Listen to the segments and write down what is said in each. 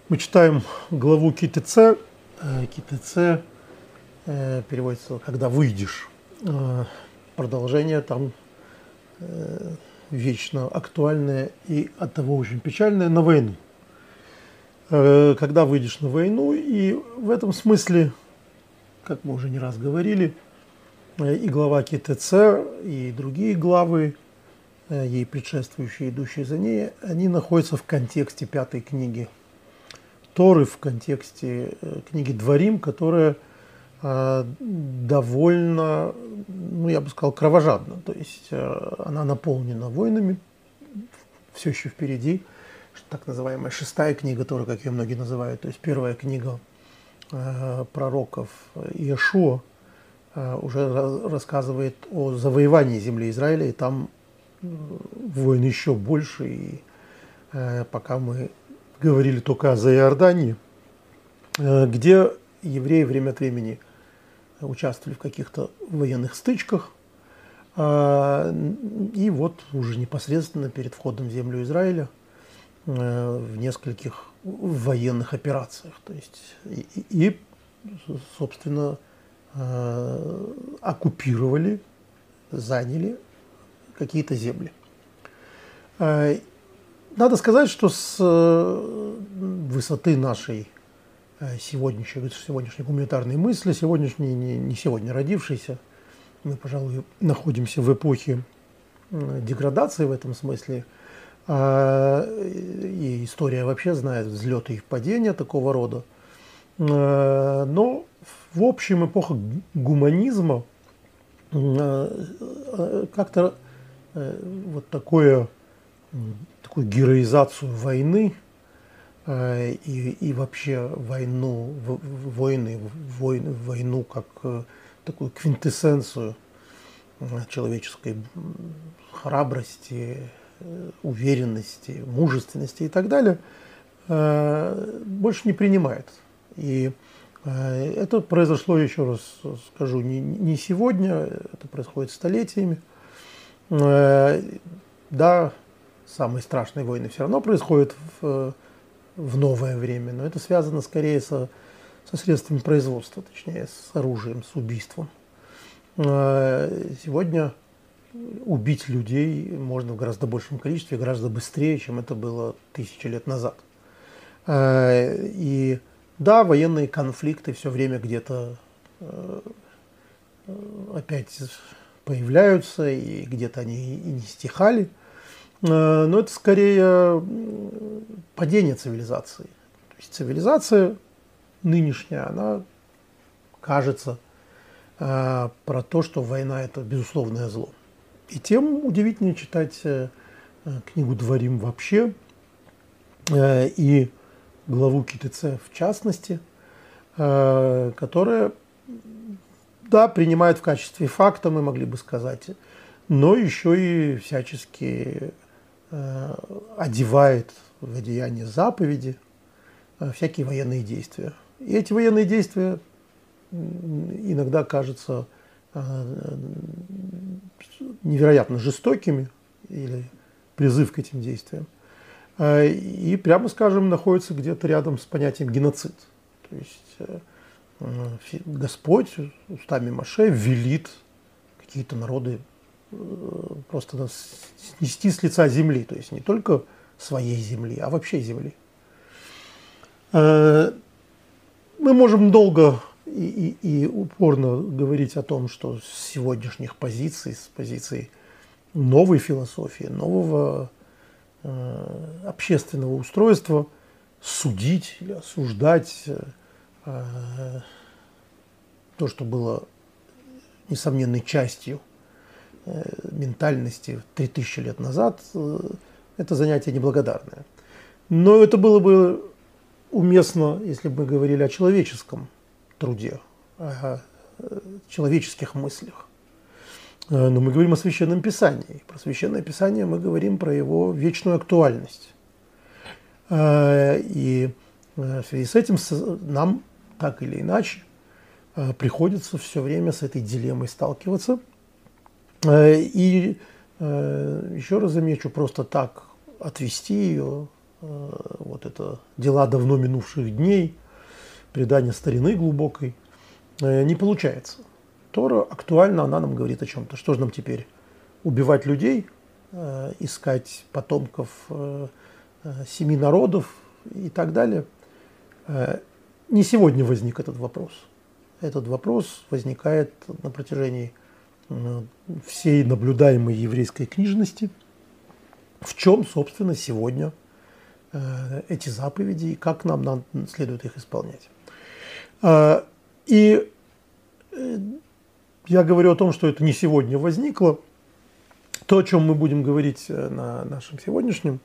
Мы читаем главу Ки-Тце. Ки-Тце переводится «когда выйдешь». Продолжение там вечно актуальное и оттого очень печальное на войну. Когда выйдешь на войну, и в этом смысле, как мы уже не раз говорили, и глава Ки-Тце, и другие главы, ей предшествующие, идущие за ней, они находятся в контексте пятой книги Торы, в контексте книги Дворим, которая довольно, я бы сказал, кровожадна. То есть она наполнена войнами, все еще впереди, так называемая шестая книга Торы, как ее многие называют. То есть первая книга пророков Иешуа уже рассказывает о завоевании земли Израиля, и там войн еще больше. И пока мы говорили только о Иордании, где евреи время от времени участвовали в каких-то военных стычках, и вот уже непосредственно перед входом в землю Израиля в нескольких военных операциях. То есть собственно, оккупировали, заняли какие-то земли. Надо сказать, что с высоты нашей сегодняшней гуманитарной мысли, сегодняшней, не сегодня родившейся, мы, пожалуй, находимся в эпохе деградации в этом смысле, и история вообще знает взлеты и падения такого рода. Но в общем эпоха гуманизма как-то вот такую героизацию войны и вообще войну как такую квинтэссенцию человеческой храбрости, уверенности, мужественности и так далее, больше не принимает. И это произошло, еще раз скажу, не сегодня, это происходит столетиями. Да, самые страшные войны все равно происходят в новое время, но это связано скорее со средствами производства, точнее, с оружием, с убийством. Сегодня убить людей можно в гораздо большем количестве, гораздо быстрее, чем это было 1000 лет назад. И да, военные конфликты все время где-то опять появляются, и где-то они и не стихали. Но это скорее падение цивилизации. То есть цивилизация нынешняя, она кажется про то, что война – это безусловное зло. И тем удивительнее читать книгу Дворим вообще, и главу Ки-Тце в частности, которая, да, принимает в качестве факта, мы могли бы сказать, но еще и всячески одевает в одеяние заповеди всякие военные действия. И эти военные действия иногда кажутся невероятно жестокими, или призыв к этим действиям, и, прямо скажем, находятся где-то рядом с понятием геноцид. То есть Господь устами Моше велит какие-то народы просто снести с лица земли, то есть не только своей земли, а вообще земли. Мы можем долго и упорно говорить о том, что с сегодняшних позиций, с позиций новой философии, нового общественного устройства судить или осуждать то, что было несомненной частью ментальности 3000 лет назад, это занятие неблагодарное. Но это было бы уместно, если бы мы говорили о человеческом труде, о человеческих мыслях. Но мы говорим о Священном Писании. Про Священное Писание мы говорим про его вечную актуальность. И в связи с этим нам так или иначе приходится все время с этой дилеммой сталкиваться. И еще раз замечу, просто так отвести ее вот это дела давно минувших дней, предание старины глубокой, не получается. Тора актуальна, она нам говорит о чем-то. Что же нам теперь? Убивать людей, искать потомков 7 народов и так далее? Не сегодня возник этот вопрос. Этот вопрос возникает на протяжении всей наблюдаемой еврейской книжности. В чем, собственно, сегодня эти заповеди и как нам следует их исполнять. И я говорю о том, что это не сегодня возникло. То, о чем мы будем говорить на нашем сегодняшнем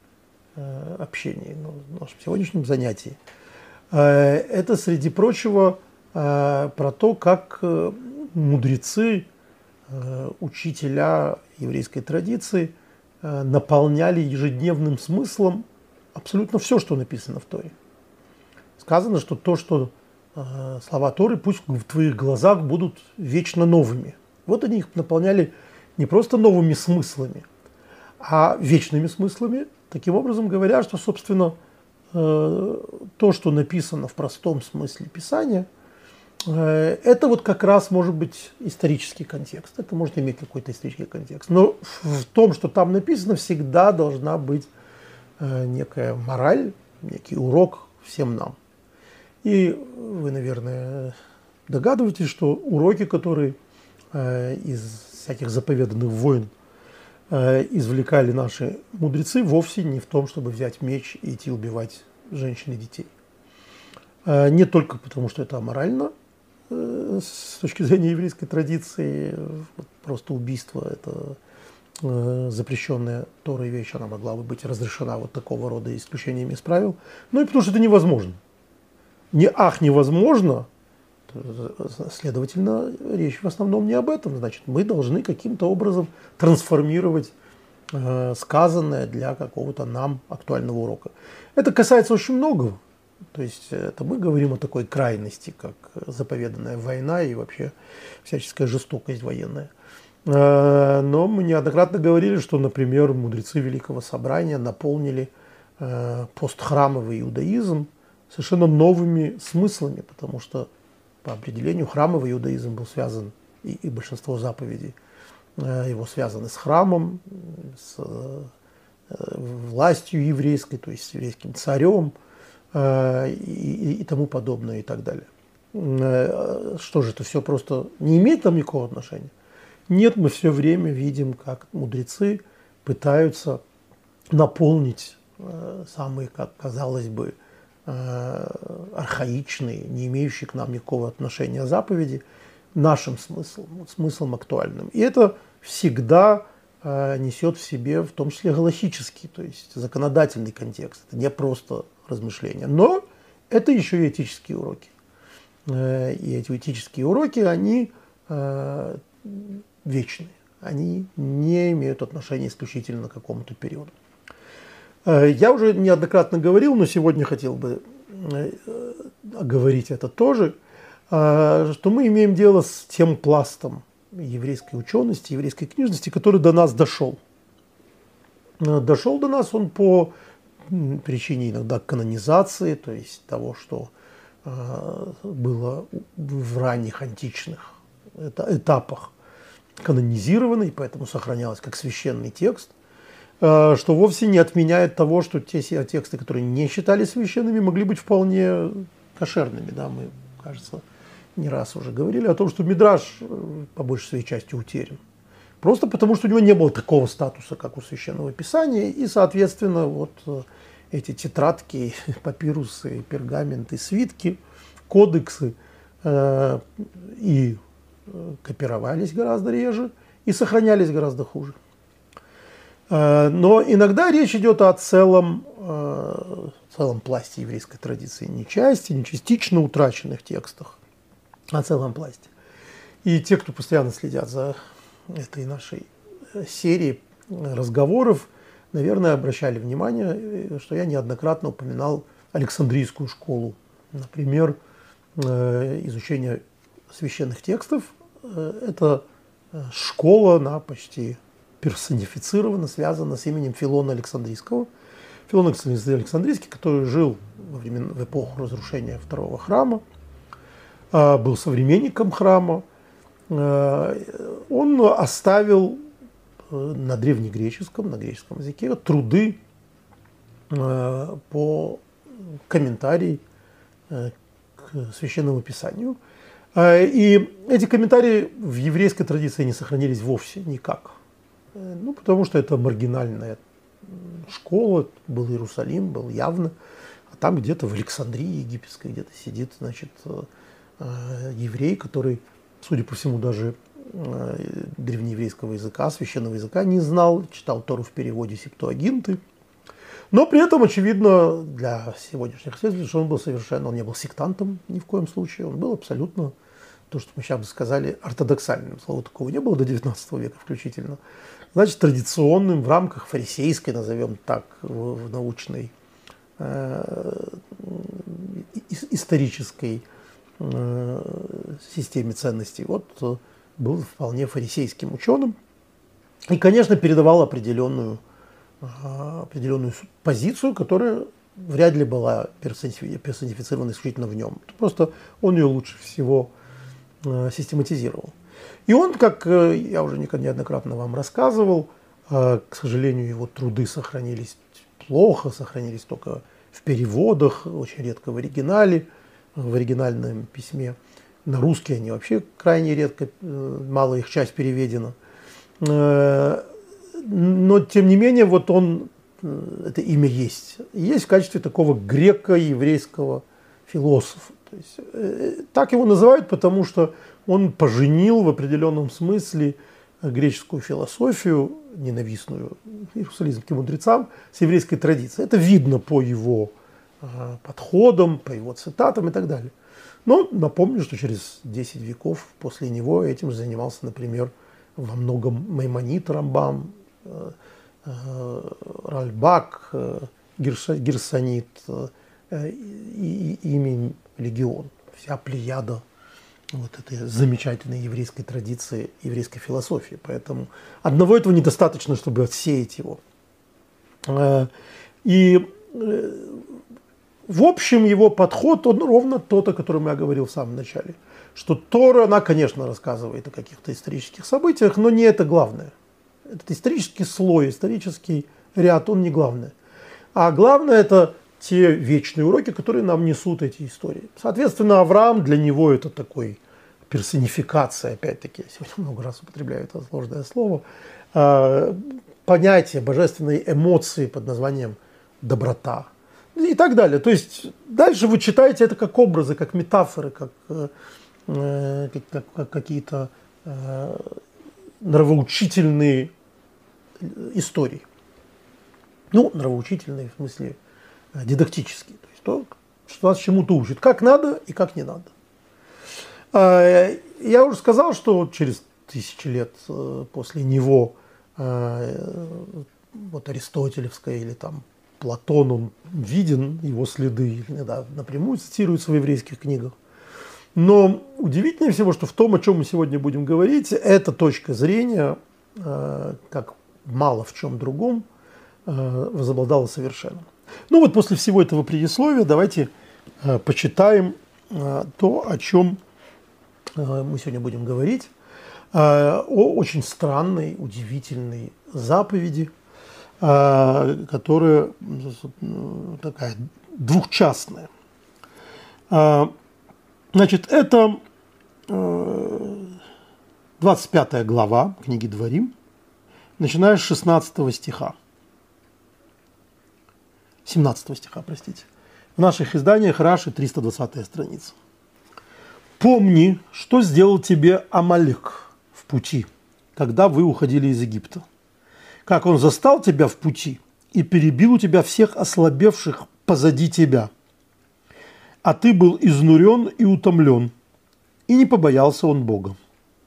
общении, на нашем сегодняшнем занятии, это, среди прочего, про то, как мудрецы, учителя еврейской традиции наполняли ежедневным смыслом абсолютно все, что написано в Торе. Сказано, что то, что слова Торы, пусть в твоих глазах будут вечно новыми. Вот они их наполняли не просто новыми смыслами, а вечными смыслами, таким образом говоря, что, собственно, то, что написано в простом смысле Писания, это вот как раз может быть исторический контекст. Это может иметь какой-то исторический контекст. Но в том, что там написано, всегда должна быть некая мораль, некий урок всем нам. И вы, наверное, догадываетесь, что уроки, которые из всяких заповеданных войн извлекали наши мудрецы, вовсе не в том, чтобы взять меч и идти убивать женщин и детей. Не только потому, что это аморально, с точки зрения еврейской традиции, просто убийство – это запрещенная Торой вещь, она могла бы быть разрешена вот такого рода исключениями из правил, но и потому что это невозможно. Невозможно, следовательно, речь в основном не об этом. Значит, мы должны каким-то образом трансформировать сказанное для какого-то нам актуального урока. Это касается очень многого. То есть это мы говорим о такой крайности, как заповеданная война и вообще всяческая жестокость военная. Но мы неоднократно говорили, что, например, мудрецы Великого Собрания наполнили постхрамовый иудаизм совершенно новыми смыслами, потому что по определению храмовый иудаизм был связан, и большинство заповедей его связаны с храмом, с властью еврейской, то есть с еврейским царем, и тому подобное, и так далее. Что же, это все просто не имеет там никакого отношения? Нет, мы все время видим, как мудрецы пытаются наполнить самые, как казалось бы, архаичные, не имеющие к нам никакого отношения заповеди, нашим смыслом, смыслом актуальным. И это всегда несет в себе, в том числе, галахический, то есть законодательный контекст. Это не просто размышления. Но это еще и этические уроки. И эти этические уроки, они вечные. Они не имеют отношения исключительно к какому-то периоду. Я уже неоднократно говорил, но сегодня хотел бы оговорить это тоже, что мы имеем дело с тем пластом еврейской учености, еврейской книжности, который до нас дошел. Дошел до нас он по причине иногда канонизации, то есть того, что было в ранних античных этапах канонизировано, и поэтому сохранялось как священный текст, что вовсе не отменяет того, что те тексты, которые не считались священными, могли быть вполне кошерными. Да? Мы, кажется, не раз уже говорили о том, что Мидраш по большей своей части утерян. Просто потому, что у него не было такого статуса, как у Священного Писания, и, соответственно, вот эти тетрадки, папирусы, пергаменты, свитки, кодексы и копировались гораздо реже, и сохранялись гораздо хуже. Но иногда речь идет о целом пласте еврейской традиции, не частично утраченных текстах, а целом пласте. И те, кто постоянно следят за этой нашей серией разговоров, наверное, обращали внимание, что я неоднократно упоминал Александрийскую школу. Например, изучение священных текстов – это школа, она почти персонифицирована, связана с именем Филона Александрийского, Филон Александрийский, который жил в эпоху разрушения второго храма, был современником храма, он оставил на древнегреческом, на греческом языке труды по комментарии к Священному Писанию. И эти комментарии в еврейской традиции не сохранились вовсе никак. Ну, потому что это маргинальная школа, был Иерусалим, был явно, а там где-то в Александрии египетской где-то сидит, значит, еврей, который, судя по всему, даже древнееврейского языка, священного языка не знал, читал Тору в переводе Септуагинты. Но при этом, очевидно, для сегодняшних исследователей, что он не был сектантом ни в коем случае, он был абсолютно, то, что мы сейчас бы сказали, ортодоксальным. Слова такого не было до XIX века включительно. Значит, традиционным в рамках фарисейской, назовем так, в научной, исторической системе ценностей. Вот был вполне фарисейским ученым и, конечно, передавал определенную позицию, которая вряд ли была персонифицирована исключительно в нем. Просто он ее лучше всего систематизировал. И он, как я уже неоднократно вам рассказывал, к сожалению, его труды сохранились плохо, сохранились только в переводах, очень редко в оригинале, в оригинальном письме. На русский они вообще крайне редко, мало их часть переведена. Но, тем не менее, вот он, это имя есть. Есть в качестве такого греко-еврейского философа. То есть, так его называют, потому что он поженил в определенном смысле греческую философию, ненавистную иерусалимским мудрецам, с еврейской традицией. Это видно по его подходам, по его цитатам и так далее. Но напомню, что через 10 веков после него этим занимался, например, во многом Маймонид Рамбам, Ральбак, Герсонит и ими легион. Вся плеяда вот этой замечательной еврейской традиции, еврейской философии. Поэтому одного этого недостаточно, чтобы отсеять его. И в общем его подход, он ровно тот, о котором я говорил в самом начале. Что Тора, она, конечно, рассказывает о каких-то исторических событиях, но не это главное. Этот исторический слой, исторический ряд, он не главное. А главное – это те вечные уроки, которые нам несут эти истории. Соответственно, Авраам для него это такой персонификация, опять-таки, я сегодня много раз употребляю это сложное слово, понятие божественной эмоции под названием доброта и так далее. То есть дальше вы читаете это как образы, как метафоры, как какие-то нравоучительные истории. Ну, нравоучительные в смысле дидактические. То есть то, что нас чему-то учит. Как надо и как не надо. Я уже сказал, что через 1000 лет после него вот аристотелевская или там Платон, он виден, его следы иногда напрямую цитируются в еврейских книгах. Но удивительнее всего, что в том, о чем мы сегодня будем говорить, эта точка зрения, как мало в чем другом, возобладала совершенно. Ну вот после всего этого предисловия давайте почитаем то, о чем мы сегодня будем говорить, о очень странной, удивительной заповеди, которая такая двухчастная. Значит, это 25 глава книги Дворим, начиная с 16 стиха. 17 стиха, простите. В наших изданиях Раши 320 страница. «Помни, что сделал тебе Амалек в пути, когда вы уходили из Египта. Как он застал тебя в пути и перебил у тебя всех ослабевших позади тебя. А ты был изнурен и утомлен, и не побоялся он Бога.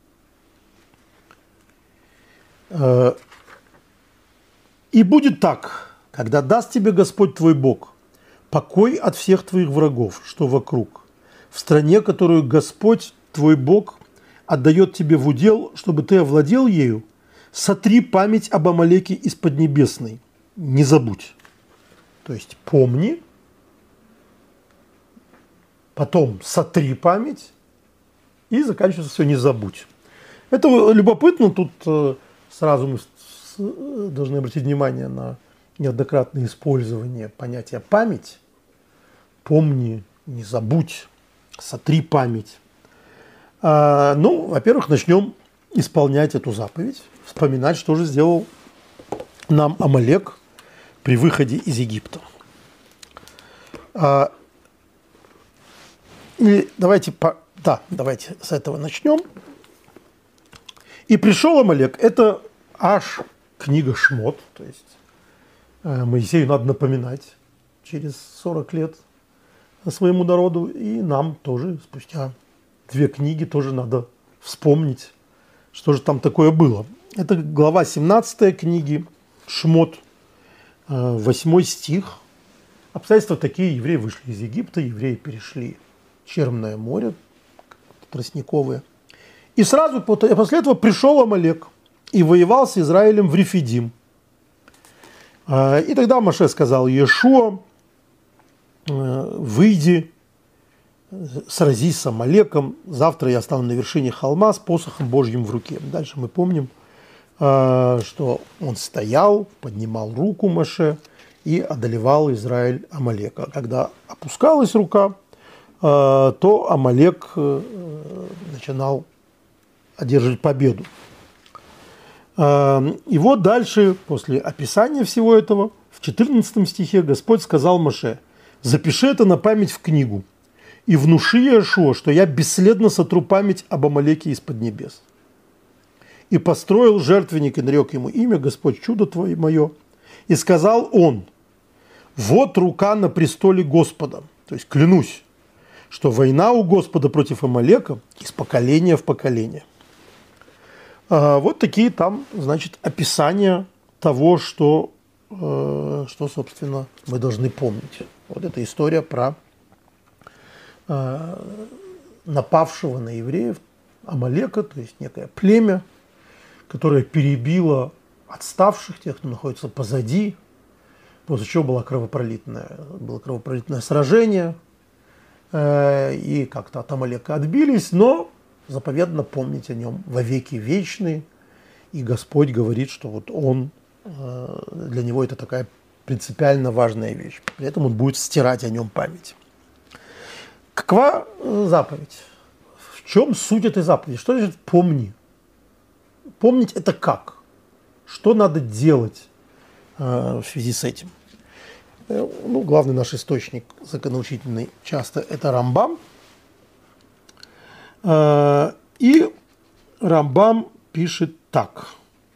И будет так, когда даст тебе Господь твой Бог покой от всех твоих врагов, что вокруг, в стране, которую Господь твой Бог отдает тебе в удел, чтобы ты овладел ею, сотри память об Амалеке из Поднебесной, не забудь». то есть помни, потом сотри память и заканчивается все не забудь. Это любопытно, тут сразу мы должны обратить внимание на неоднократное использование понятия память. Помни, не забудь, сотри память. Ну, во-первых, начнем исполнять эту заповедь, вспоминать, что же сделал нам Амалек при выходе из Египта. И давайте с этого начнем. И пришел Амалек, это аж книга Шмот, то есть Моисею надо напоминать через 40 лет своему народу, и нам тоже спустя 2 книги тоже надо вспомнить, что же там такое было. Это глава 17 книги Шмот, 8 стих. Обстоятельства такие: евреи вышли из Египта, евреи перешли Черное море, тростниковое. И сразу после этого пришел Амалек и воевал с Израилем в Рефидим. И тогда Моше сказал Иешуа: выйди, сразись с Амалеком, завтра я стану на вершине холма с посохом Божьим в руке. Дальше мы помним, что он стоял, поднимал руку Моше и одолевал Израиль Амалека. Когда опускалась рука, то Амалек начинал одерживать победу. И вот дальше, после описания всего этого, в 14 стихе Господь сказал Моше: запиши это на память в книгу и внуши Иешуа, что я бесследно сотру память об Амалеке из-под небес. И построил жертвенник и нарек ему имя Господь чудо твое мое. И сказал он: вот рука на престоле Господа, то есть клянусь, что война у Господа против Амалека из поколения в поколение. Вот такие там, значит, описания того, что собственно, мы должны помнить. Вот эта история про напавшего на евреев Амалека, то есть некое племя, которое перебило отставших, тех, кто находится позади, после чего было кровопролитное сражение, и как-то от Амалека отбились, но заповедно помнить о нем во веки вечные, и Господь говорит, что вот он, для него это такая принципиально важная вещь, при этом он будет стирать о нем память. Какова заповедь? В чем суть этой заповеди? Что значит помни? Помнить это как? Что надо делать в связи с этим? Ну, главный наш источник законоучительный часто это Рамбам. И Рамбам пишет так.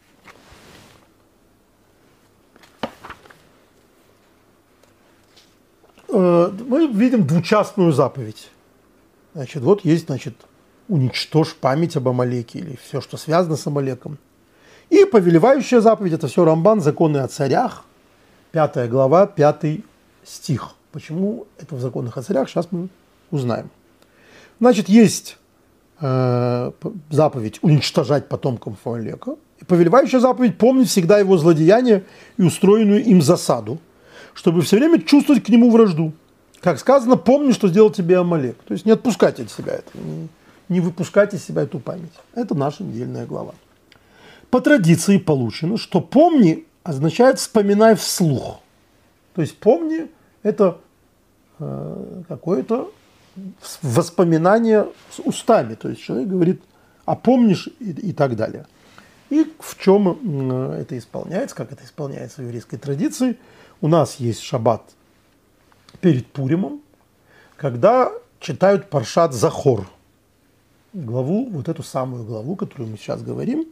Мы видим двучастную заповедь. Значит, вот есть, значит, уничтожь память об Амалеке или все, что связано с Амалеком. И повелевающая заповедь, это все Рамбан, законы о царях, 5 глава, 5 стих. Почему это в законах о царях, сейчас мы узнаем. Значит, есть заповедь уничтожать потомков Амалека, и повелевающая заповедь помнить всегда его злодеяния и устроенную им засаду, чтобы все время чувствовать к нему вражду. Как сказано, помни, что сделал тебе Амалек. То есть не отпускать от себя это, не выпускать из себя эту память. Это наша недельная глава. По традиции получено, что помни означает вспоминай вслух. То есть помни это какое-то воспоминание с устами. То есть человек говорит, а помнишь и так далее. И в чем это исполняется, как это исполняется в еврейской традиции. У нас есть шаббат перед Пуримом, когда читают Паршат Захор, главу, вот эту самую главу, которую мы сейчас говорим.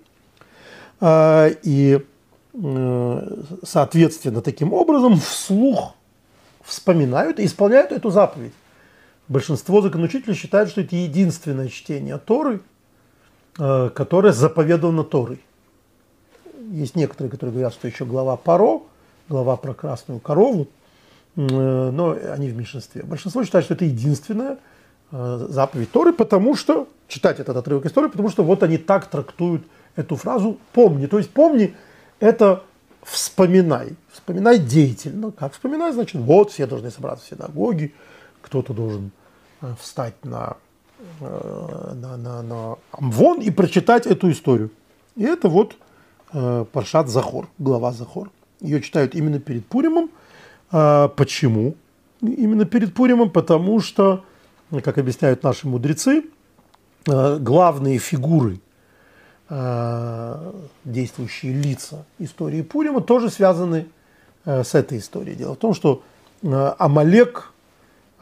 И, соответственно, таким образом вслух вспоминают и исполняют эту заповедь. Большинство законоучителей считают, что это единственное чтение Торы, которое заповедано Торой. Есть некоторые, которые говорят, что еще глава Паро, глава про красную корову, но они в меньшинстве. Большинство считает, что это единственная заповедь Торы, потому что, читать этот отрывок из Торы, потому что вот они так трактуют эту фразу «помни». То есть «помни» – это вспоминай. Вспоминай деятельно. Как вспоминай, значит, вот все должны собраться в синагоге, кто-то должен встать на Амвон и прочитать эту историю. И это вот Паршат Захор, глава Захор. Ее читают именно перед Пуримом. Почему именно перед Пуримом? Потому что, как объясняют наши мудрецы, главные фигуры, действующие лица истории Пурима, тоже связаны с этой историей. Дело в том, что Амалек –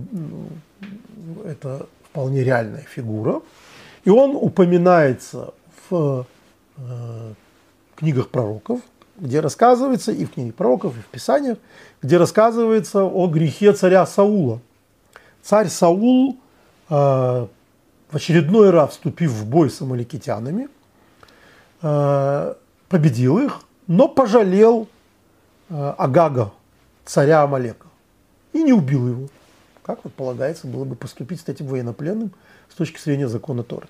это вполне реальная фигура, и он упоминается в книгах пророков, где рассказывается, и в книгах пророков, и в Писаниях, где рассказывается о грехе царя Саула. Царь Саул, в очередной раз вступив в бой с амаликитянами, победил их, но пожалел Агага, царя Амалека, и не убил его. Как вот полагается было бы поступить с этим военнопленным с точки зрения закона Торы.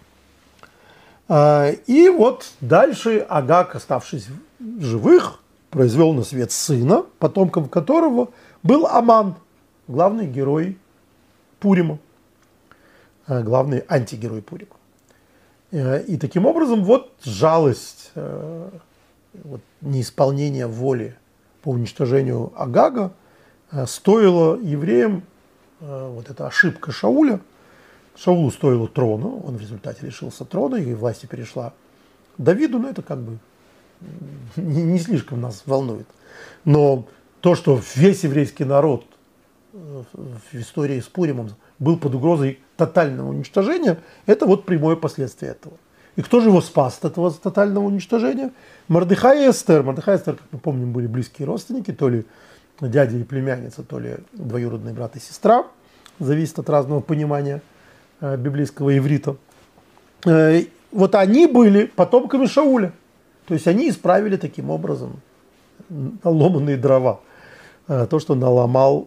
И вот дальше Агаг, оставшись живых, произвел на свет сына, потомком которого был Аман, главный герой Пурима, главный антигерой Пурима. И таким образом вот жалость, вот неисполнение воли по уничтожению Агага стоила евреям, вот эта ошибка Шауля. Шаулу стоило трона, он в результате лишился трона, и власть перешла Давиду, но это как бы не слишком нас волнует. Но то, что весь еврейский народ в истории с Пуримом был под угрозой тотального уничтожения, это вот прямое последствие этого. И кто же его спас от этого тотального уничтожения? Мордехай и Эстер. Мордехай и Эстер, как мы помним, были близкие родственники, то ли дядя и племянница, то ли двоюродный брат и сестра. Зависит от разного понимания библейского иврита. Вот они были потомками Шауля. То есть они исправили таким образом наломанные дрова. То, что наломал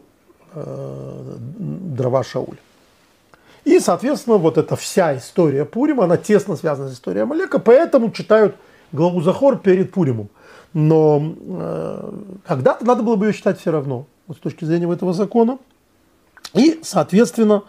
дрова Шауля. И, соответственно, вот эта вся история Пурима, она тесно связана с историей Амалека, поэтому читают главу Захор перед Пуримом. Но когда-то надо было бы ее читать все равно, вот с точки зрения этого закона. И, соответственно,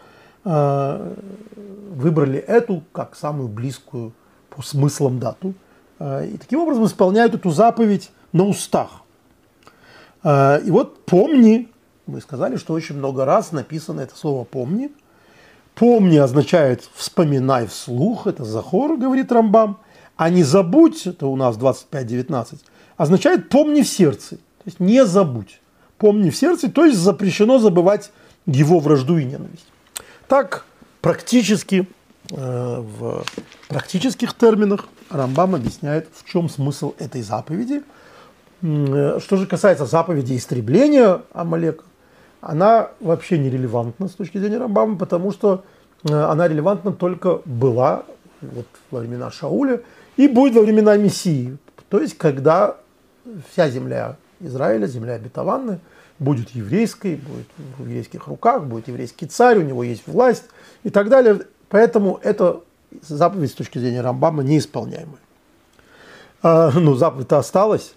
выбрали эту как самую близкую по смыслам дату. И таким образом исполняют эту заповедь на устах. И вот «помни», мы сказали, что очень много раз написано это слово «помни». «Помни» означает «вспоминай вслух», это Захор, говорит Рамбам, а «не забудь», это у нас 25:19, означает «помни в сердце», то есть «не забудь». «Помни в сердце», то есть запрещено забывать его вражду и ненависть. Так, практически, в практических терминах Рамбам объясняет, в чем смысл этой заповеди. Что же касается заповеди истребления Амалека, она вообще не релевантна с точки зрения Рамбама, потому что она релевантна только была вот во времена Шауля и будет во времена Мессии. То есть, когда вся земля Израиля, земля обетованная, будет еврейской, будет в еврейских руках, будет еврейский царь, у него есть власть и так далее. Поэтому эта заповедь с точки зрения Рамбама неисполняемая. Ну, заповедь-то осталась.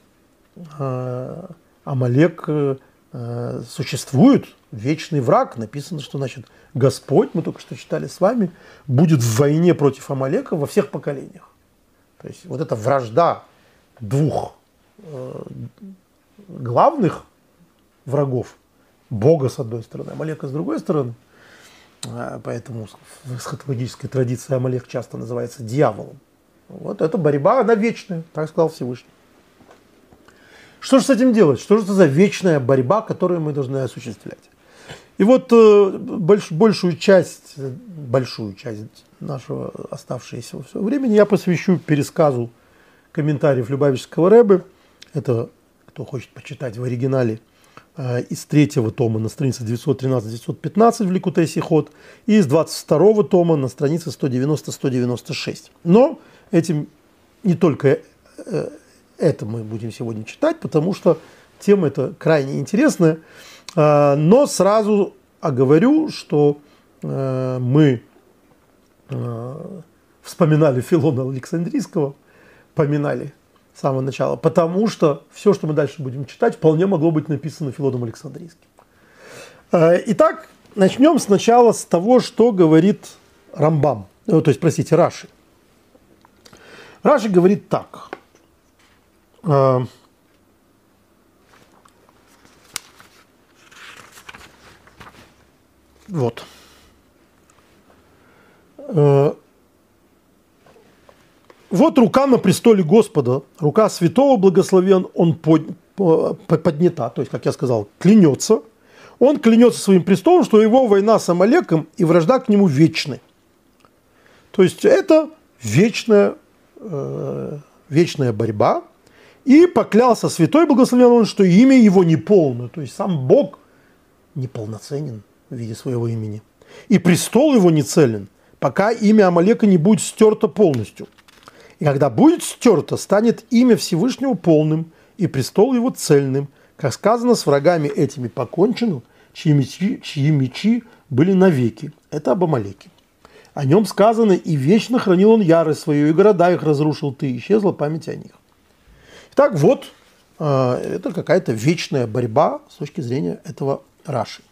Амалек существует, вечный враг. Написано, что, значит, Господь, мы только что читали с вами, будет в войне против Амалека во всех поколениях. То есть вот эта вражда двух главных врагов, Бога с одной стороны, Амалека с другой стороны, поэтому в эсхатологической традиции Амалек часто называется дьяволом. Вот эта борьба, она вечная, так сказал Всевышний. Что же с этим делать? Что же это за вечная борьба, которую мы должны осуществлять? И вот большую часть нашего оставшегося времени я посвящу пересказу комментариев Любавического Ребе. Это, кто хочет почитать в оригинале, из 3-го тома на странице 913-915 в Ликутей Сихот и из 22-го тома на странице 190-196. Но этим не только это мы будем сегодня читать, потому что тема эта крайне интересная. Но сразу оговорю, что мы вспоминали Филона Александрийского, поминали с самого начала, потому что все, что мы дальше будем читать, вполне могло быть написано Филоном Александрийским. Итак, начнем сначала с того, что говорит Рамбам, то есть, простите, Раши. Раши говорит так. Вот. Вот рука на престоле Господа, рука святого благословен, он поднята, то есть, как я сказал, клянется. Он клянется своим престолом, что его война с Амалеком и вражда к нему вечны. То есть, это вечная борьба. И поклялся святой благословен он, что имя его неполно, то есть, сам Бог неполноценен в виде своего имени. И престол его не целен, пока имя Амалека не будет стерто полностью. И когда будет стерто, станет имя Всевышнего полным, и престол его цельным, как сказано, с врагами этими покончено, чьи мечи были навеки. Это об Амалеке. О нем сказано, и вечно хранил он ярость свою, и города их разрушил ты, исчезла память о них. Итак, вот это какая-то вечная борьба с точки зрения этого Раши.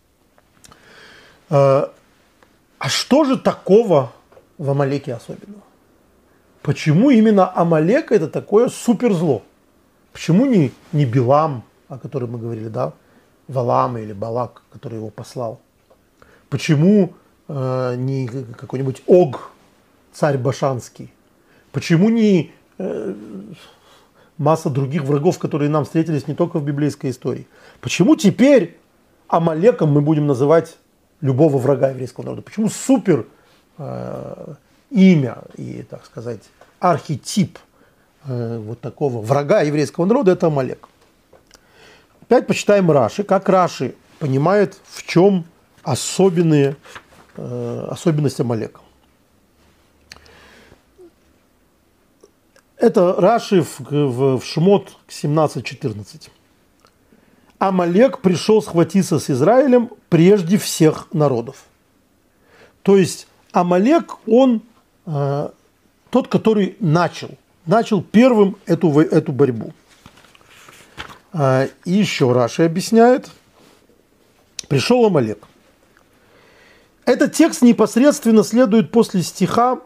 А что же такого в Амалеке особенного? Почему именно Амалек это такое суперзло? Почему не Билам, о котором мы говорили, да, Валам или Балак, который его послал? Почему не какой-нибудь Ог, царь Башанский? Почему не масса других врагов, которые нам встретились не только в библейской истории? Почему теперь Амалеком мы будем называть любого врага еврейского народа? Почему супер имя и, так сказать, архетип вот такого врага еврейского народа – это Амалек? Опять почитаем Раши, как Раши понимает, в чем особенность Амалека. Это Раши в Шмот 17:14. Амалек пришел схватиться с Израилем прежде всех народов. То есть Амалек, он тот, который начал первым эту борьбу. И еще Раши объясняет, пришел Амалек. Этот текст непосредственно следует после стиха,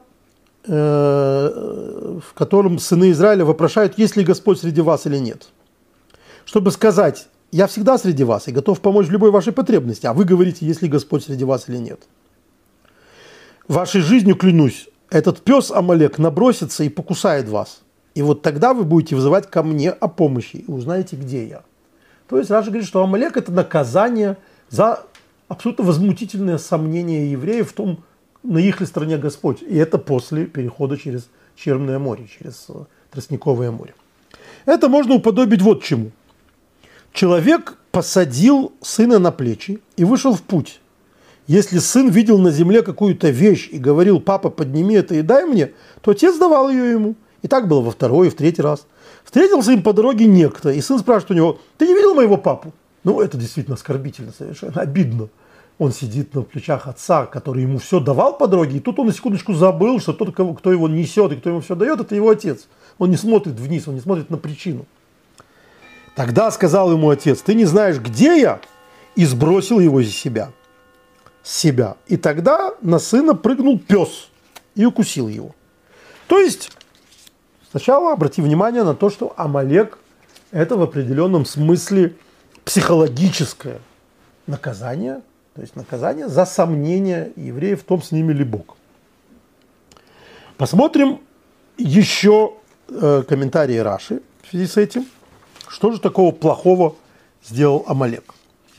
в котором сыны Израиля вопрошают, есть ли Господь среди вас или нет. Чтобы сказать, я всегда среди вас и готов помочь в любой вашей потребности, а вы говорите, есть ли Господь среди вас или нет. Вашей жизнью клянусь, этот пес Амалек набросится и покусает вас. И вот тогда вы будете вызывать ко мне о помощи и узнаете, где я. То есть Раши говорит, что Амалек – это наказание за абсолютно возмутительное сомнение евреев в том, на их ли стороне Господь. И это после перехода через Черное море, через Тростниковое море. Это можно уподобить вот чему. Человек посадил сына на плечи и вышел в путь. Если сын видел на земле какую-то вещь и говорил, папа, подними это и дай мне, то отец давал ее ему. И так было во второй и в третий раз. Встретился им по дороге некто, и сын спрашивает у него, ты не видел моего папу? Ну, это действительно оскорбительно совершенно, обидно. Он сидит на плечах отца, который ему все давал по дороге, и тут он на секундочку забыл, что тот, кто его несет и кто ему все дает, это его отец. Он не смотрит вниз, он не смотрит на причину. Тогда сказал ему отец, ты не знаешь, где я, и сбросил его из себя. С себя. И тогда на сына прыгнул пес и укусил его. То есть, сначала обрати внимание на то, что Амалек – это в определенном смысле психологическое наказание, то есть наказание за сомнение евреев в том, с ними ли Бог. Посмотрим еще комментарии Раши в связи с этим. Что же такого плохого сделал Амалек?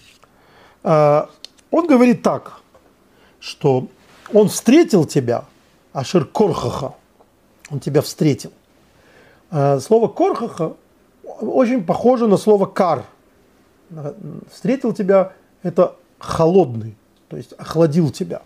Он говорит так, что он встретил тебя, Ашер Корхаха, он тебя встретил. Слово Корхаха очень похоже на слово Кар. Встретил тебя – это холодный, то есть охладил тебя.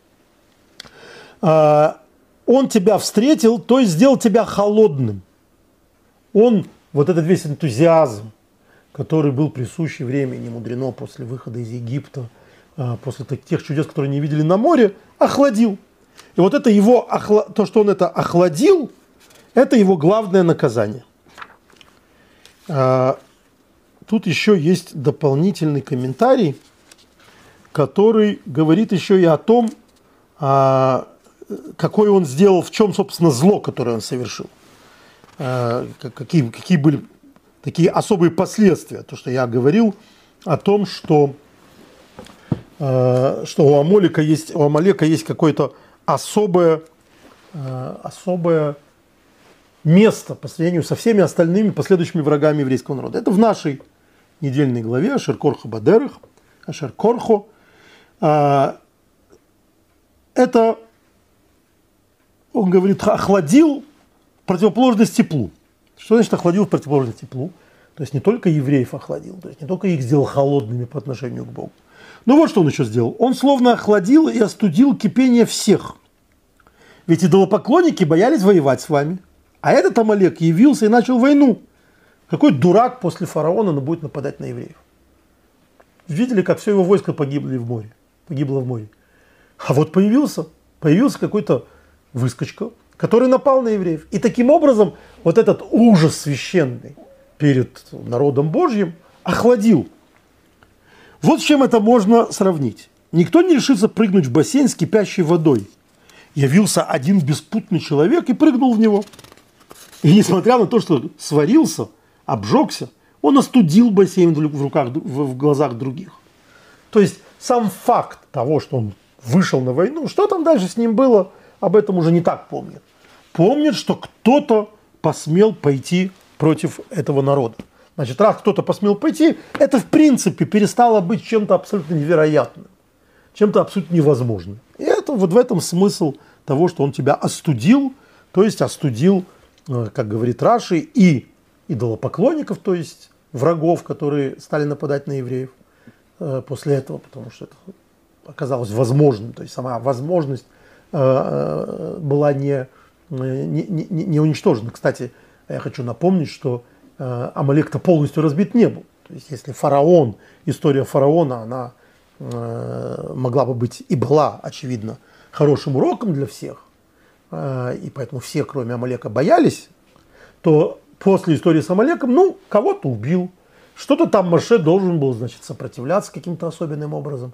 Он тебя встретил, то есть сделал тебя холодным. Он, вот этот весь энтузиазм, который был присущ евреям, не мудрено после выхода из Египта, после тех чудес, которые не видели на море, охладил. И вот это его, то, что он это охладил, это его главное наказание. Тут еще есть дополнительный комментарий, который говорит еще и о том, какой он сделал, в чем, собственно, зло, которое он совершил. Какие были такие особые последствия. То, что я говорил о том, что у Амалека есть какое-то особое место по сравнению со всеми остальными последующими врагами еврейского народа. Это в нашей недельной главе Ашер Корхо Бадерах, Ашер Корхо. Это, он говорит, охладил в противоположность теплу. Что значит охладил в противоположность теплу? То есть не только евреев охладил, то есть не только их сделал холодными по отношению к Богу. Но вот что он еще сделал. Он словно охладил и остудил кипение всех. Ведь идолопоклонники боялись воевать с вами. А этот Амалек явился и начал войну. Какой дурак после фараона будет нападать на евреев? Видели, как все его войско погибло в море. А вот появился какой-то выскочка, который напал на евреев. И таким образом вот этот ужас священный перед народом Божьим охладил. Вот с чем это можно сравнить. Никто не решится прыгнуть в бассейн с кипящей водой. Явился один беспутный человек и прыгнул в него. И несмотря на то, что сварился, обжегся, он остудил бассейн в глазах других. То есть сам факт того, что он вышел на войну, что там дальше с ним было, об этом уже не так помнят. Помнят, что кто-то посмел пойти против этого народа. Значит, раз кто-то посмел пойти, это в принципе перестало быть чем-то абсолютно невероятным, чем-то абсолютно невозможным. И это вот в этом смысл того, что он тебя остудил, то есть остудил, как говорит Раши, и идолопоклонников, то есть врагов, которые стали нападать на евреев после этого, потому что это оказалось возможным, то есть сама возможность была не уничтожена. Кстати, я хочу напомнить, что Амалек-то полностью разбит не был. То есть если фараон, история фараона, она могла бы быть и была, очевидно, хорошим уроком для всех, и поэтому все, кроме Амалека, боялись, то после истории с Амалеком, кого-то убил, что-то там Моше должен был, значит, сопротивляться каким-то особенным образом.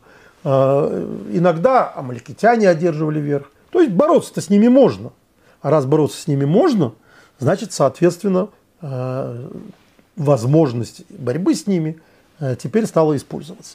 Иногда амаликитяне одерживали верх. То есть бороться-то с ними можно. А раз бороться с ними можно, значит, соответственно, возможность борьбы с ними теперь стала использоваться.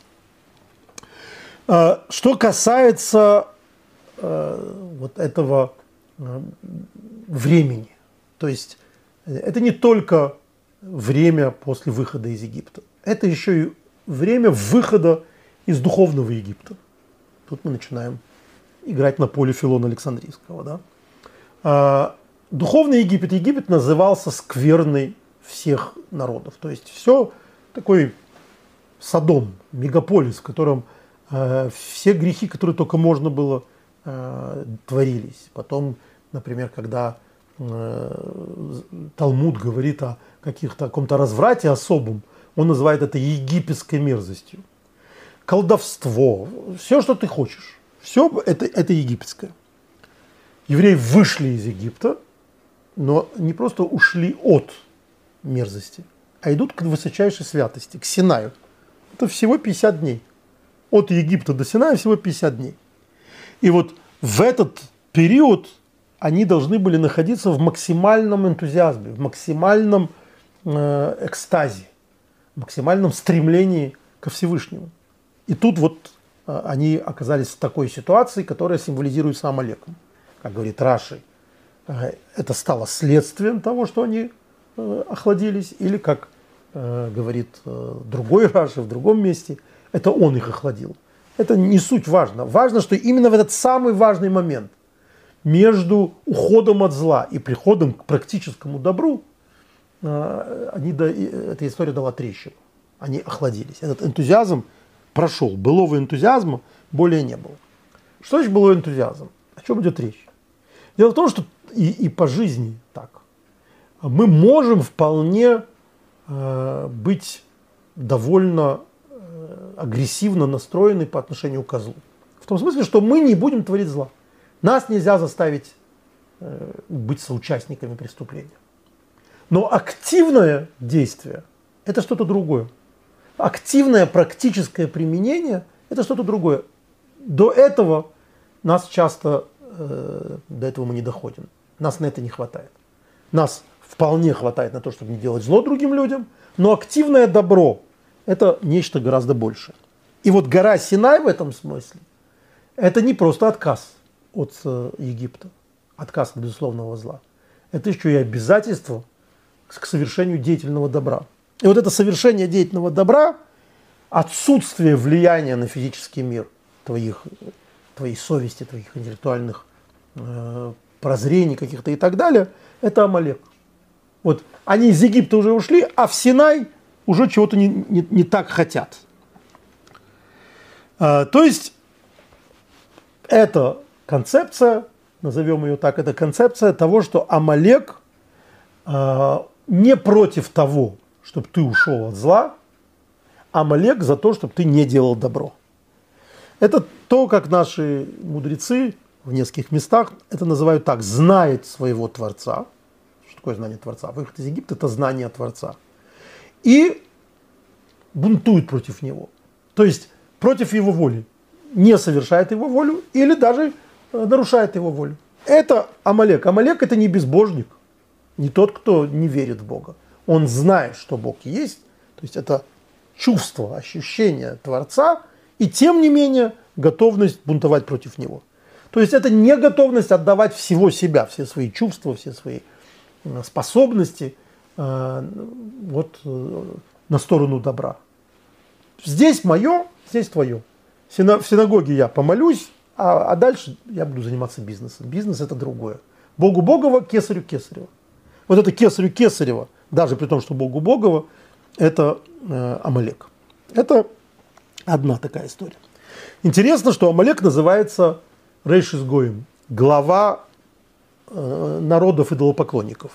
Что касается вот этого времени, то есть это не только время после выхода из Египта, это еще и время выхода из духовного Египта. Тут мы начинаем играть на поле Филона Александрийского. Да? Духовный Египет назывался скверной всех народов. То есть все такой Содом, мегаполис, в котором все грехи, которые только можно было, творились. Потом, например, когда Талмуд говорит о каком-то разврате особом, он называет это египетской мерзостью. Колдовство, все, что ты хочешь, все это египетское. Евреи вышли из Египта, но не просто ушли от мерзости, а идут к высочайшей святости, к Синаю. Это всего 50 дней. От Египта до Синая всего 50 дней. И вот в этот период они должны были находиться в максимальном энтузиазме, в максимальном экстазе, в максимальном стремлении ко Всевышнему. И тут вот они оказались в такой ситуации, которая символизируется Амалеком. Как говорит Раши, это стало следствием того, что они охладились, или, как говорит другой Раши в другом месте, это он их охладил. Это не суть важно. Важно, что именно в этот самый важный момент между уходом от зла и приходом к практическому добру эта история дала трещину. Они охладились. Этот энтузиазм прошел. Былого энтузиазма более не было. Что значит былой энтузиазм? О чем идет речь? Дело в том, что и по жизни так. Мы можем вполне быть довольно агрессивно настроены по отношению к злу. В том смысле, что мы не будем творить зла. Нас нельзя заставить быть соучастниками преступления. Но активное действие – это что-то другое. Активное практическое применение – это что-то другое. До этого нас часто, до этого мы не доходим. Нас на это не хватает. Нас вполне хватает на то, чтобы не делать зло другим людям, но активное добро – это нечто гораздо большее. И вот гора Синай в этом смысле – это не просто отказ от Египта, отказ от безусловного зла. Это еще и обязательство к совершению деятельного добра. И вот это совершение деятельного добра, отсутствие влияния на физический мир, твоей совести, твоих интеллектуальных прозрений каких-то и так далее, это Амалек. Вот они из Египта уже ушли, а в Синай уже чего-то не так хотят. То есть эта концепция, назовем ее так, это концепция того, что Амалек не против того, чтобы ты ушел от зла, Амалек за то, чтобы ты не делал добро. Это то, как наши мудрецы в нескольких местах это называют так: знает своего Творца. Что такое знание Творца? Выход из Египта – это знание Творца. И бунтует против него. То есть против его воли. Не совершает его волю или даже нарушает его волю. Это Амалек. Амалек – это не безбожник, не тот, кто не верит в Бога. Он знает, что Бог есть. То есть это чувство, ощущение Творца, и тем не менее готовность бунтовать против него. То есть это не готовность отдавать всего себя, все свои чувства, все свои способности вот, на сторону добра. Здесь мое, здесь твое. В синагоге я помолюсь, а дальше я буду заниматься бизнесом. Бизнес – это другое. Богу Богово, кесарю Кесарева. Вот это кесарю Кесарева, даже при том, что Богу Богово, это Амалек. Это одна такая история. Интересно, что Амалек называется Рейш Изгоим, глава народов идолопоклонников.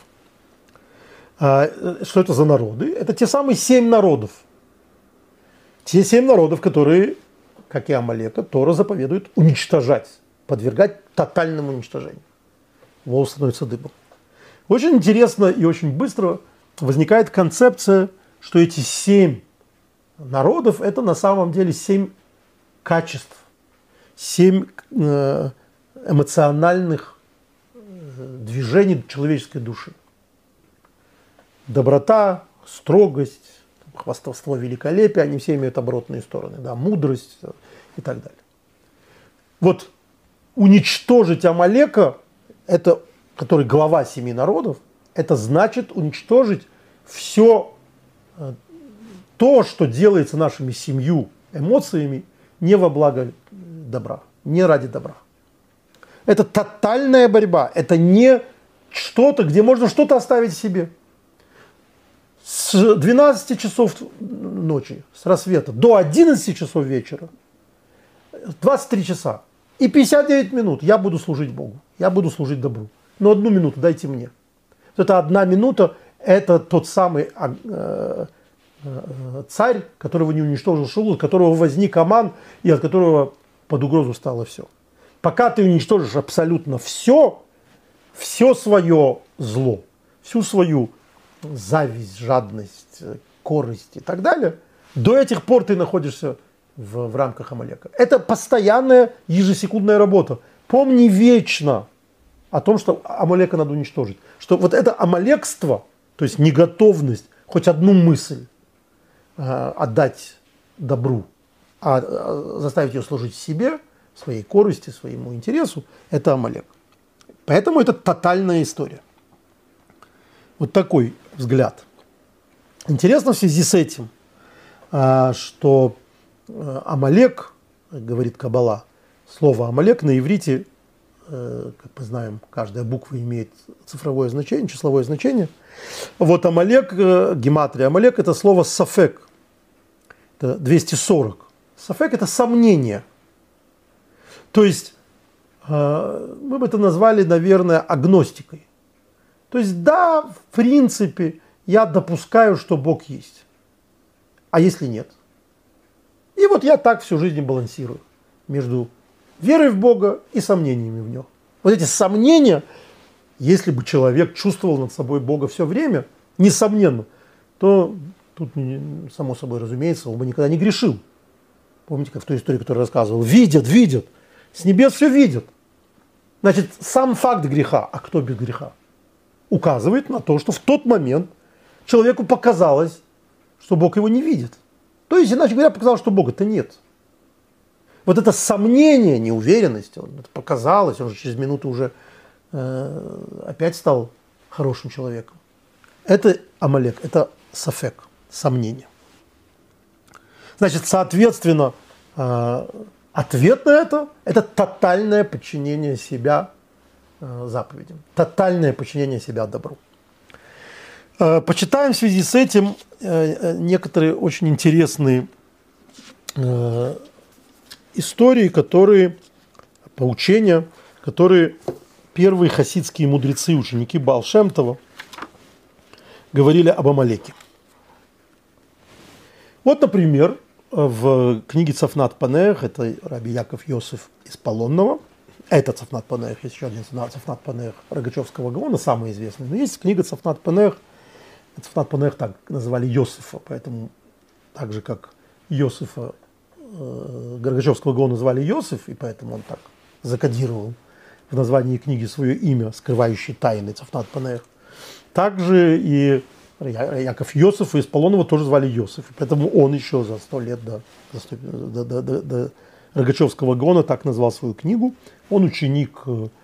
Что это за народы? Это те самые 7 народов. Те 7 народов, которые, как и Амалека, Тора заповедует уничтожать, подвергать тотальному уничтожению. Волос становится дыбом. Очень интересно и очень быстро возникает концепция, что эти 7 народов – это на самом деле 7 качеств, 7 эмоциональных движений человеческой души. Доброта, строгость, хвастовство, великолепие, они все имеют оборотные стороны, да, мудрость и так далее. Вот уничтожить Амалека, это, который глава 7 народов, это значит уничтожить все то, что делается нашими 7 эмоциями, не во благо добра, не ради добра. Это тотальная борьба, это не что-то, где можно что-то оставить себе. С 12 часов ночи, с рассвета, до 11 часов вечера, 23 часа и 59 минут я буду служить Богу, я буду служить добру. Но 1 минуту дайте мне. Это 1 минута, это тот самый царь, которого не уничтожил Шаул, от которого возник Аман и от которого под угрозу стало все. Пока ты уничтожишь абсолютно все свое зло, всю свою зависть, жадность, корость и так далее, до этих пор ты находишься в рамках Амалека. Это постоянная ежесекундная работа. Помни вечно о том, что Амалека надо уничтожить. Что вот это амалекство, то есть неготовность хоть одну мысль отдать добру, а заставить ее служить себе, своей корысти, своему интересу, это Амалек. Поэтому это тотальная история. Вот такой взгляд. Интересно в связи с этим, что Амалек, говорит Каббала, слово Амалек на иврите, как мы знаем, каждая буква имеет цифровое значение, числовое значение. Вот Амалек, гематрия Амалек, это слово сафек, это 240. Сафек – это сомнение. То есть мы бы это назвали, наверное, агностикой. То есть да, в принципе, я допускаю, что Бог есть. А если нет? И вот я так всю жизнь балансирую между верой в Бога и сомнениями в Нем. Вот эти сомнения, если бы человек чувствовал над собой Бога все время, несомненно, то тут, само собой разумеется, он бы никогда не грешил. Помните, как в той истории, которую я рассказывал? Видят, видят. С небес все видят. Значит, сам факт греха, а кто без греха, указывает на то, что в тот момент человеку показалось, что Бог его не видит. То есть, иначе говоря, показалось, что Бога-то нет. Вот это сомнение, неуверенность, это показалось, он же через минуту уже опять стал хорошим человеком. Это Амалек, это сафек, сомнение. Значит, соответственно, ответ на это тотальное подчинение себя заповедям, тотальное подчинение себя добру. Почитаем в связи с этим некоторые очень интересные истории, поучения, которые первые хасидские мудрецы, ученики Баал Шем Това, говорили об Амалеке. Вот, например, в книге Цафнат Панеах, это раби Яков Йосеф из Полонного, это Цафнат Панеах, есть еще один Цафнат Панеах Рогачевского Гаона, самый известный, но есть книга Цафнат Панеах так называли Йосефа, поэтому так же, как Йосефа Рогачевского Гаона звали Йосеф, и поэтому он так закодировал в названии книги свое имя, скрывающее тайны Цафнат Панеах. Также и Яков Йосефа из Полонова тоже звали Йосеф, и поэтому он еще за 100 лет до Рогачевского Гаона так назвал свою книгу. Он ученик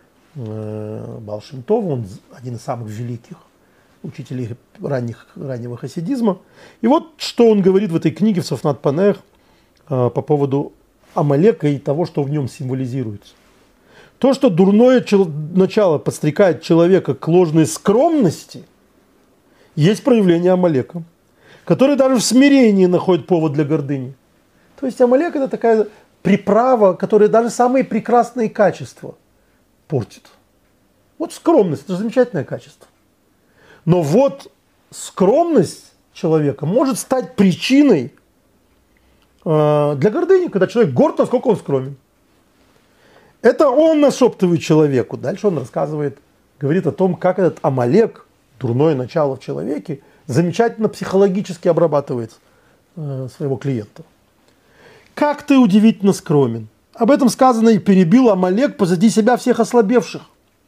Баал Шем Това, он один из самых великих учителей раннего хасидизма. И вот что он говорит в этой книге в Цафнат Панеах по поводу Амалека и того, что в нем символизируется. То, что дурное начало подстрекает человека к ложной скромности, есть проявление Амалека, который даже в смирении находит повод для гордыни. То есть Амалек – это такая приправа, которая даже самые прекрасные качества портит. Вот скромность – это же замечательное качество. Но вот скромность человека может стать причиной для гордыни, когда человек горд, насколько он скромен. Это он нашептывает человеку. Дальше он рассказывает, говорит о том, как этот Амалек, дурное начало в человеке, замечательно психологически обрабатывает своего клиента. Как ты удивительно скромен. Об этом сказано: и перебил Амалек позади себя всех ослабевших.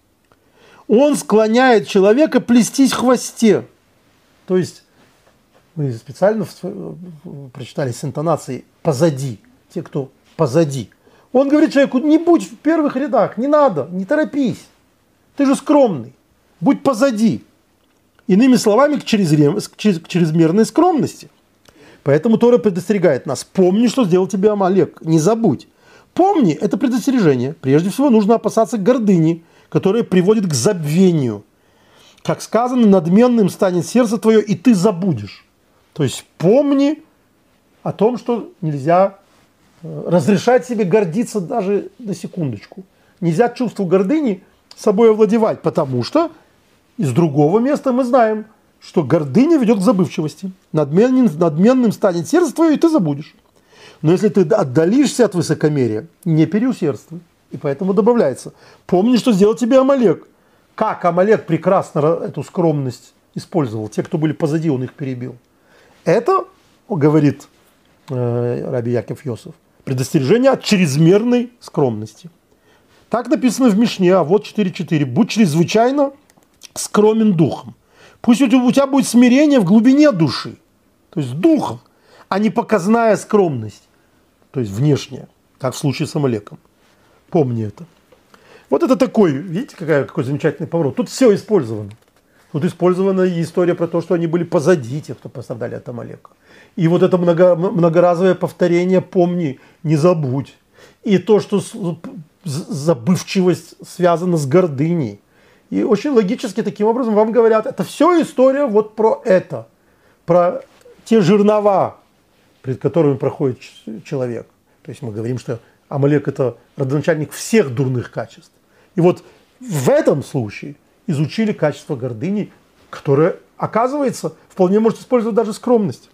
Он склоняет человека плестись в хвосте. То есть мы специально прочитали с интонацией «позади», те, кто позади. Он говорит человеку: не будь в первых рядах, не надо, не торопись, ты же скромный, будь позади. Иными словами, к чрезмерной скромности. Поэтому Тора предостерегает нас: помни, что сделал тебе Амалек, не забудь. Помни, это предостережение. Прежде всего нужно опасаться гордыни, которая приводит к забвению. Как сказано, надменным станет сердце твое, и ты забудешь. То есть помни о том, что нельзя разрешать себе гордиться даже на секундочку. Нельзя чувству гордыни собой овладевать, потому что из другого места мы знаем, что гордыня ведет к забывчивости. Надменным станет сердце твое, и ты забудешь. Но если ты отдалишься от высокомерия, не переусердствуй. И поэтому добавляется: помни, что сделал тебе Амалек. Как Амалек прекрасно эту скромность использовал. Те, кто были позади, он их перебил. Это, говорит раби Яков Йосеф, предостережение от чрезмерной скромности. Так написано в Мишне, а вот 4.4. Будь чрезвычайно скромен духом. Пусть у тебя будет смирение в глубине души, то есть духом, а не показная скромность, то есть внешняя, как в случае с Амалеком. Помни это. Вот это такой, видите, какой замечательный поворот. Тут все использовано. Тут использована и история про то, что они были позади тех, кто пострадали от Амалека. И вот это многоразовое повторение «помни, не забудь». И то, что забывчивость связана с гордыней. И очень логически таким образом вам говорят: это все история вот про это. Про те жернова, перед которыми проходит человек. То есть мы говорим, что Амалек – это родоначальник всех дурных качеств. И вот в этом случае изучили качество гордыни, которое, оказывается, вполне может использовать даже скромность.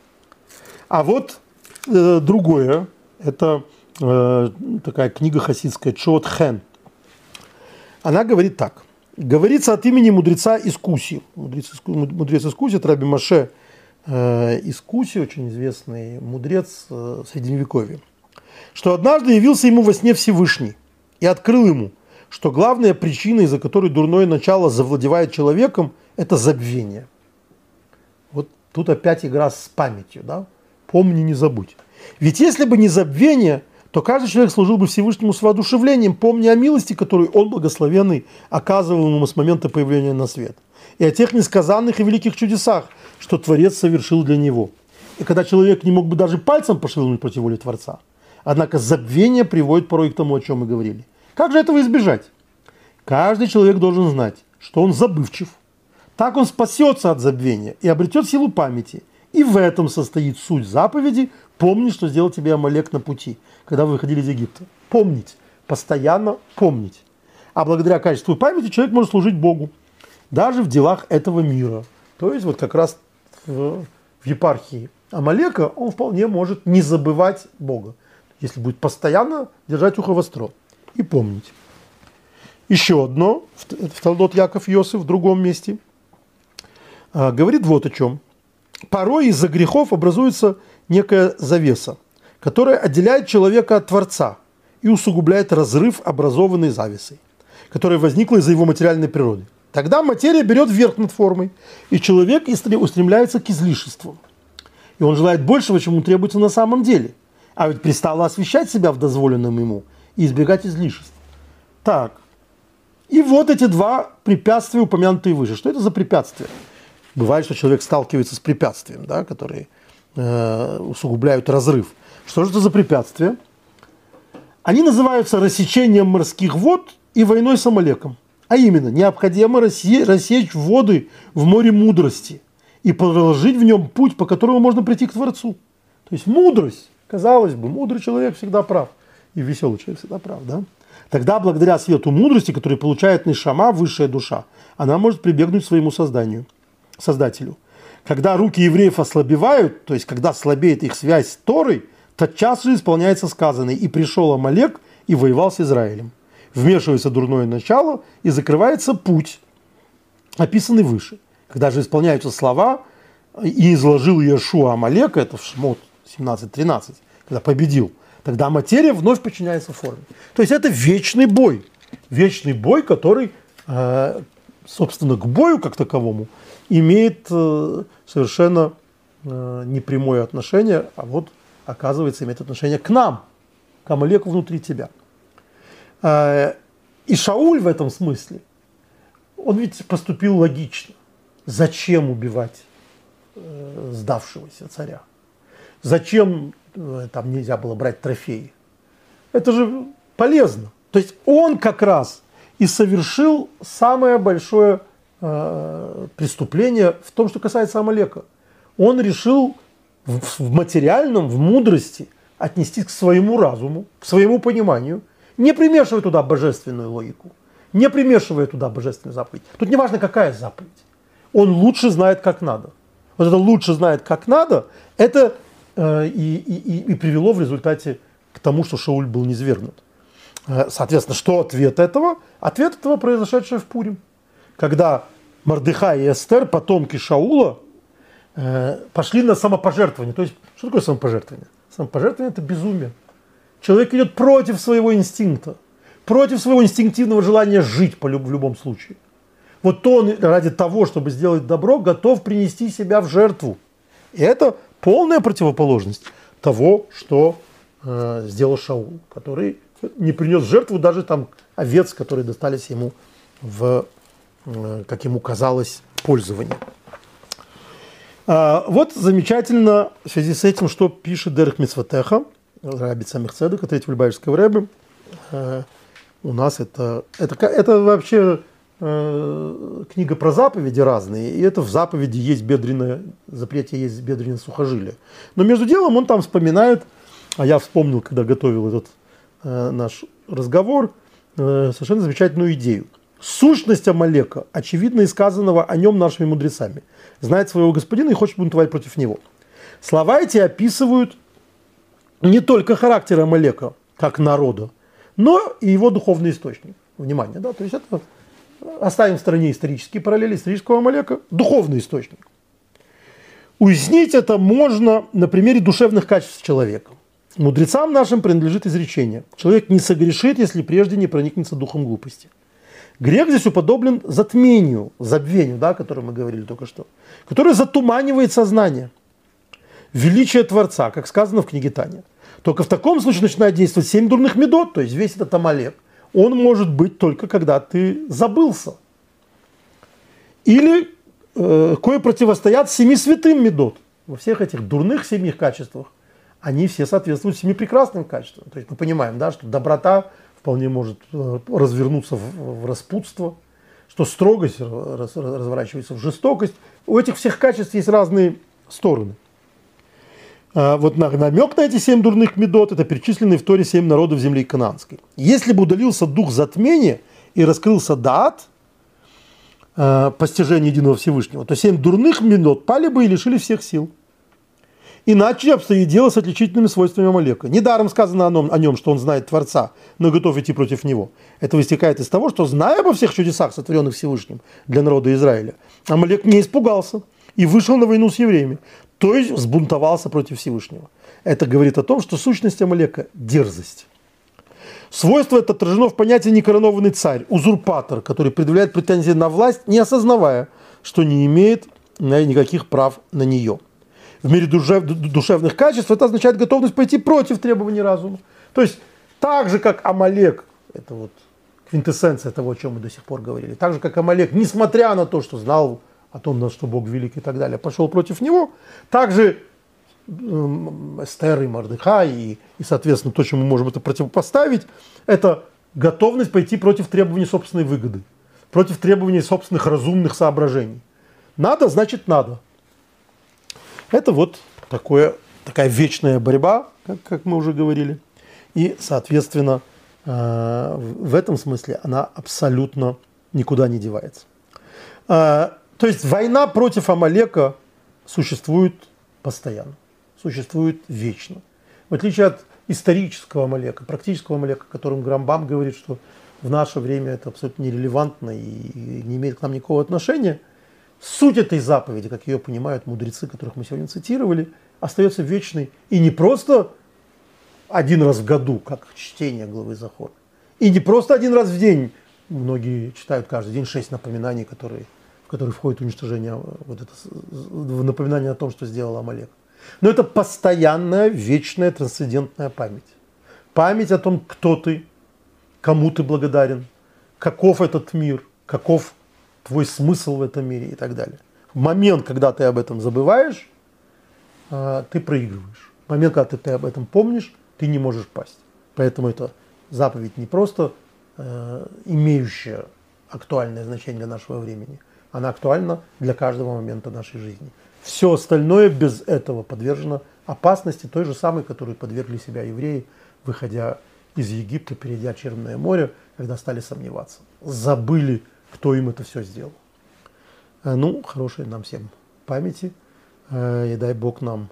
А вот другое, это такая книга хасидская «Чоот Хэн». Она говорит так: Говорится от имени мудреца из Куси. Мудрец из Куси, это Раби Моше из Куси, очень известный мудрец Средневековья, что однажды явился ему во сне Всевышний и открыл ему, что главная причина, из-за которой дурное начало завладевает человеком, это забвение. Вот тут опять игра с памятью, да? Помни, не забудь. Ведь если бы не забвение, то каждый человек служил бы Всевышнему с воодушевлением, помня о милости, которую он, благословенный, оказывал ему с момента появления на свет, и о тех несказанных и великих чудесах, что Творец совершил для него. И когда человек не мог бы даже пальцем пошевельнуть против воли Творца, однако забвение приводит порой к тому, о чем мы говорили. Как же этого избежать? Каждый человек должен знать, что он забывчив. Так он спасется от забвения и обретет силу памяти. И в этом состоит суть заповеди: помни, что сделал тебе Амалек на пути, когда вы выходили из Египта. Помнить, постоянно помнить. А благодаря качеству памяти человек может служить Богу, даже в делах этого мира. То есть вот как раз в епархии Амалека он вполне может не забывать Бога, если будет постоянно держать ухо востро и помнить. Еще одно, в Толдот Яков Йосеф в другом месте, говорит вот о чем. Порой из-за грехов образуется некая завеса, которая отделяет человека от Творца и усугубляет разрыв, образованный завесой, которая возникла из-за его материальной природы. Тогда материя берет верх над формой, и человек устремляется к излишеству. И он желает большего, чем ему требуется на самом деле. А ведь пристало освящать себя в дозволенном ему и избегать излишеств. Так, и вот эти два препятствия, упомянутые выше. Что это за препятствия? Бывает, что человек сталкивается с препятствием, да, которые усугубляют разрыв. Что же это за препятствия? Они называются рассечением морских вод и войной с Амалеком. А именно, необходимо рассечь воды в море мудрости и проложить в нем путь, по которому можно прийти к Творцу. То есть мудрость, казалось бы, мудрый человек всегда прав, и веселый человек всегда прав, да? Тогда, благодаря свету мудрости, который получает нешама, высшая душа, она может прибегнуть к своему Создателю. Когда руки евреев ослабевают, то есть когда слабеет их связь с Торой, тотчас же исполняется сказанное: «И пришел Амалек и воевал с Израилем». Вмешивается дурное начало и закрывается путь, описанный выше. Когда же исполняются слова: «И изложил Иешуа Амалека», это в Шмот 17:13, когда победил, тогда материя вновь подчиняется форме. То есть это вечный бой, который, собственно, к бою как таковому имеет совершенно непрямое отношение, а вот, оказывается, имеет отношение к нам, к Амалеку внутри тебя. И Шауль в этом смысле, он ведь поступил логично. Зачем убивать сдавшегося царя? Зачем там нельзя было брать трофеи? Это же полезно. То есть он как раз и совершил самое большое преступление в том, что касается Амалека. Он решил в материальном, в мудрости отнестись к своему разуму, к своему пониманию, не примешивая туда божественную логику, не примешивая туда божественную заповедь. Тут не важно, какая заповедь. Он лучше знает, как надо. Вот это «лучше знает, как надо», это и привело в результате к тому, что Шауль был низвергнут. Соответственно, что ответ этого? Ответ этого произошедшее в Пурим. Когда Мордехай и Эстер, потомки Шаула, пошли на самопожертвование. То есть, что такое самопожертвование? Самопожертвование – это безумие. Человек идет против своего инстинкта, против своего инстинктивного желания жить в любом случае. Вот он ради того, чтобы сделать добро, готов принести себя в жертву. И это полная противоположность того, что сделал Шаул, который не принес в жертву даже там овец, которые достались ему в, как ему казалось, пользование. Вот замечательно в связи с этим, что пишет Дерех Мицвотеха, Раби Цамих Цедек, третьего Любавичского рэбби. У нас это вообще книга про заповеди разные, и это в заповеди есть бедренное, в запрете есть бедренное сухожилие. Но между делом он там вспоминает, а я вспомнил, когда готовил этот наш разговор, совершенно замечательную идею. Сущность Амалека, очевидно и сказанного о нем нашими мудрецами, знает своего господина и хочет бунтовать против него. Слова эти описывают не только характер Амалека, как народа, но и его духовный источник. Внимание, да, то есть это оставим в стороне исторические параллели, исторического Амалека, духовный источник. Уяснить это можно на примере душевных качеств человека. Мудрецам нашим принадлежит изречение: человек не согрешит, если прежде не проникнется духом глупости. Грех здесь уподоблен затмению, забвению, да, о котором мы говорили только что, которое затуманивает сознание. Величие Творца, как сказано в книге Таня. Только в таком случае начинает действовать 7 дурных медот, то есть весь этот Амалек. Он может быть только когда ты забылся. Или кое противостоят 7 святым медот. Во всех этих дурных 7 качествах они все соответствуют 7 прекрасным качествам. То есть мы понимаем, да, что доброта вполне может развернуться в распутство, что строгость разворачивается в жестокость. У этих всех качеств есть разные стороны. Вот намек на эти 7 дурных медот – это перечисленные в Торе 7 народов земли Кананской. Если бы удалился дух затмения и раскрылся даат, постижение единого Всевышнего, то 7 дурных медот пали бы и лишили всех сил. Иначе обстоит дело с отличительными свойствами Амалека. Недаром сказано о нем, что он знает Творца, но готов идти против него. Это вытекает из того, что, зная обо всех чудесах, сотворенных Всевышним для народа Израиля, Амалек не испугался и вышел на войну с евреями, то есть взбунтовался против Всевышнего. Это говорит о том, что сущность Амалека – дерзость. Свойство это отражено в понятии некоронованный царь, узурпатор, который предъявляет претензии на власть, не осознавая, что не имеет никаких прав на нее. В мире душевных качеств это означает готовность пойти против требований разума. То есть так же, как Амалек, это вот квинтэссенция того, о чем мы до сих пор говорили, так же, как Амалек, несмотря на то, что знал о том, что Бог велик и так далее, пошел против него, также Эстер и Мордехай и, соответственно, то, чему мы можем это противопоставить, это готовность пойти против требований собственной выгоды, против требований собственных разумных соображений. Надо, значит надо. Это вот такая вечная борьба, как мы уже говорили. И, соответственно, в этом смысле она абсолютно никуда не девается. То есть война против Амалека существует постоянно, существует вечно. В отличие от исторического Амалека, практического Амалека, о котором Рамбам говорит, что в наше время это абсолютно нерелевантно и не имеет к нам никакого отношения, суть этой заповеди, как ее понимают мудрецы, которых мы сегодня цитировали, остается вечной. И не просто один раз в году, как чтение главы Захор, и не просто один раз в день. Многие читают каждый день 6 напоминаний, в которые входит уничтожение, напоминание о том, что сделал Амалек. Но это постоянная, вечная, трансцендентная память. Память о том, кто ты, кому ты благодарен, каков этот мир, каков твой смысл в этом мире и так далее. В момент, когда ты об этом забываешь, ты проигрываешь. В момент, когда ты об этом помнишь, ты не можешь пасть. Поэтому это заповедь не просто имеющая актуальное значение для нашего времени, она актуальна для каждого момента нашей жизни. Все остальное без этого подвержено опасности, той же самой, которой подвергли себя евреи, выходя из Египта, перейдя Черное море, когда стали сомневаться. Забыли, кто им это все сделал. Хорошей нам всем памяти. И дай Бог нам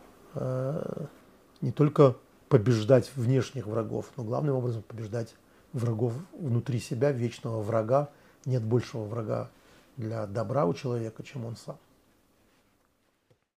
не только побеждать внешних врагов, но главным образом побеждать врагов внутри себя, вечного врага. Нет большего врага для добра у человека, чем он сам.